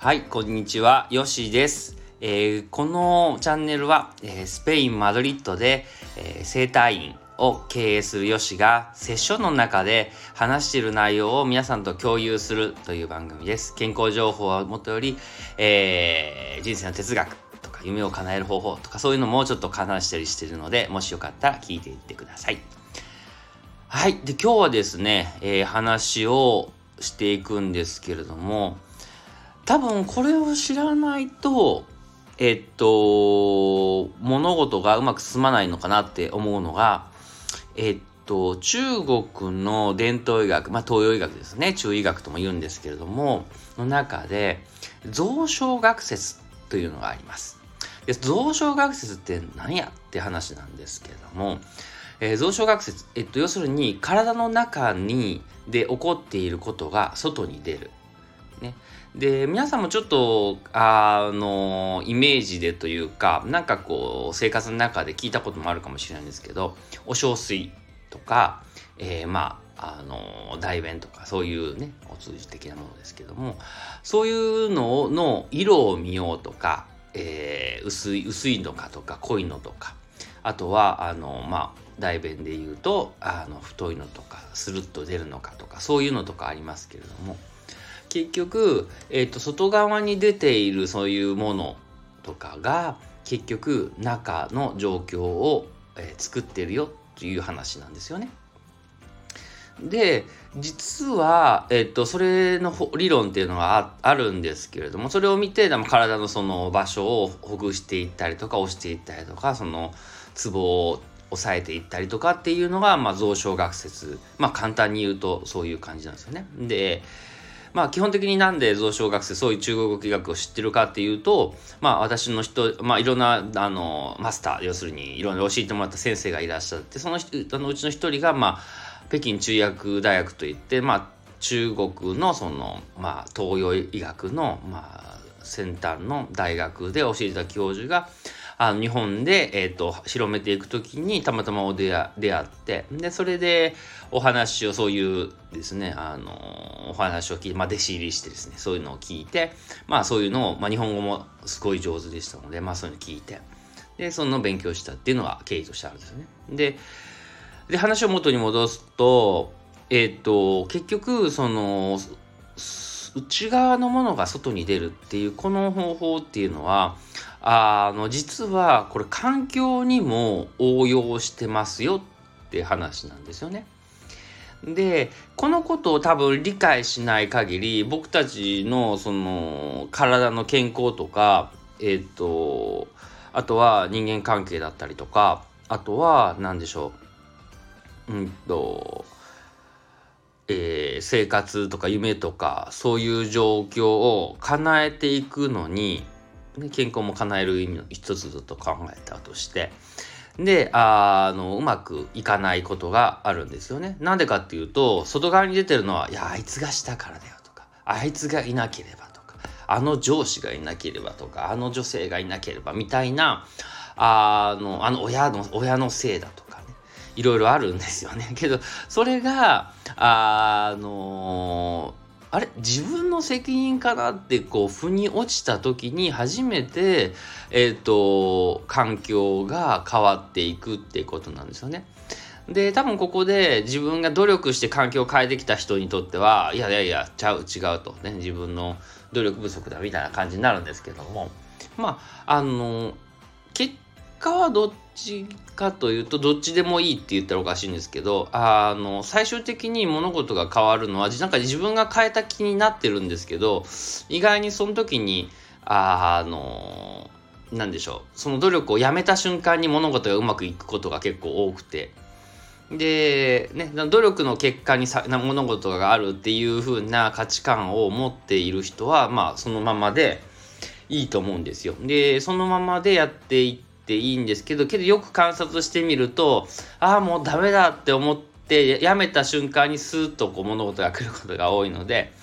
はい、こんにちは、よしです。このチャンネルは、スペイン・マドリッドで、整体院を経営するよしがセッションの中で話している内容を皆さんと共有するという番組です。健康情報はもとより、人生の哲学とか夢を叶える方法とかそういうのもちょっと話したりしているので、もしよかったら聞いていってください。はい、で今日はですね、話をしていくんですけれども、多分これを知らないと、物事がうまく進まないのかなって思うのが、中国の伝統医学、東洋医学ですね、中医学とも言うんですけれども、の中で、蔵生学説というのがあります。で、蔵生学説って何やって話なんですけれども、蔵生学説、要するに体の中で起こっていることが外に出る。ね、で皆さんもちょっとイメージでというかなんかこう生活の中で聞いたこともあるかもしれないんですけど、お小水とか、大便とかそういうねお通じ的なものですけども、そういうのの色を見ようとか、薄いのかとか濃いのとか、あとは大便でいうと太いのとかスルッと出るのかとかそういうのとかありますけれども、結局、外側に出ているそういうものとかが結局中の状況を、作ってるよという話なんですよね。で実は、それの理論っていうのがあるんですけれども、それを見て体のその場所をほぐしていったりとか押していったりとか、そのツボを抑えていったりとかっていうのが、蔵生学説、簡単に言うとそういう感じなんですよね。で基本的になんで蔵生学説、そういう中国医学を知ってるかっていうと、私のいろんなマスター、要するにいろんな教えてもらった先生がいらっしゃって、そのうちの一人が北京中医薬大学といって、中国のその東洋医学の先端の大学で教えてた教授が日本で、広めていくときにたまたま出会って、でそれでお話をそういうですねお話を聞いて、弟子入りしてですね、そういうのを聞いて、そういうのを、日本語もすごい上手でしたので、そういうのを聞いて、でその勉強したっていうのが経緯としてあるんですよね。で話を元に戻すと、結局その内側のものが外に出るっていうこの方法っていうのは実はこれ環境にも応用してますよって話なんですよね。でこのことを多分理解しない限り、僕たちのその体の健康とか、あとは人間関係だったりとか、あとは何でしょう、生活とか夢とかそういう状況を叶えていくのに、健康も叶える意味の一つだと考えたとして、でうまくいかないことがあるんですよね。なんでかっていうと、外側に出てるのは、いやあいつがしたからだよとか、あいつがいなければとか、あの上司がいなければとか、あの女性がいなければみたいな、親のせいだとかね、いろいろあるんですよね。けどそれが自分の責任かなってこう腑に落ちた時に初めて環境が変わっていくっていうことなんですよね。で多分ここで自分が努力して環境を変えてきた人にとっては、いや違うとね、自分の努力不足だみたいな感じになるんですけども、結果はどっちかというと、どっちでもいいって言ったらおかしいんですけど、最終的に物事が変わるのはなんか自分が変えた気になってるんですけど、意外にその時になんでしょう、その努力をやめた瞬間に物事がうまくいくことが結構多くて、でね、努力の結果に物事があるっていう風な価値観を持っている人はそのままでいいと思うんですよ。でそのままでやっていっていいんですけどよく観察してみると、もうダメだって思ってやめた瞬間にスーッと物事が来ることが多いので、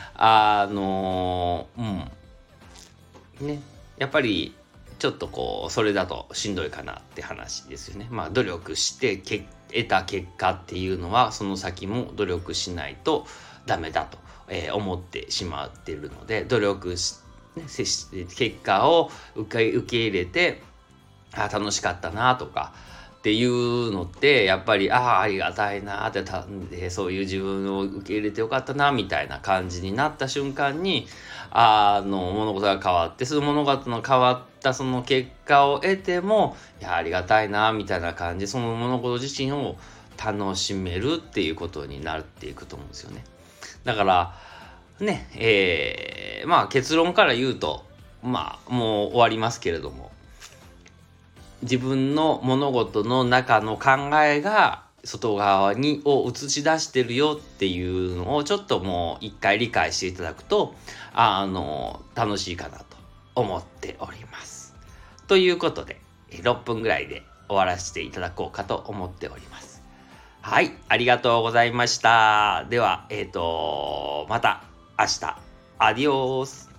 やっぱりちょっとそれだとしんどいかなって話ですよね。努力して得た結果っていうのは、その先も努力しないとダメだと、思ってしまっているので、努力結果を受け入れて、楽しかったなとかっていうのって、やっぱりありがたいなってそういう自分を受け入れてよかったなみたいな感じになった瞬間に物事が変わって、その物事の変わったその結果を得てもありがたいなみたいな感じで、その物事自身を楽しめるっていうことになっていくと思うんですよね。だからね、結論から言うともう終わりますけれども、自分の物事の中の考えが外側を映し出してるよっていうのをちょっともう一回理解していただくと楽しいかなと思っております。ということで6分ぐらいで終わらせていただこうかと思っております。はい、ありがとうございました。ではまた明日。アディオース。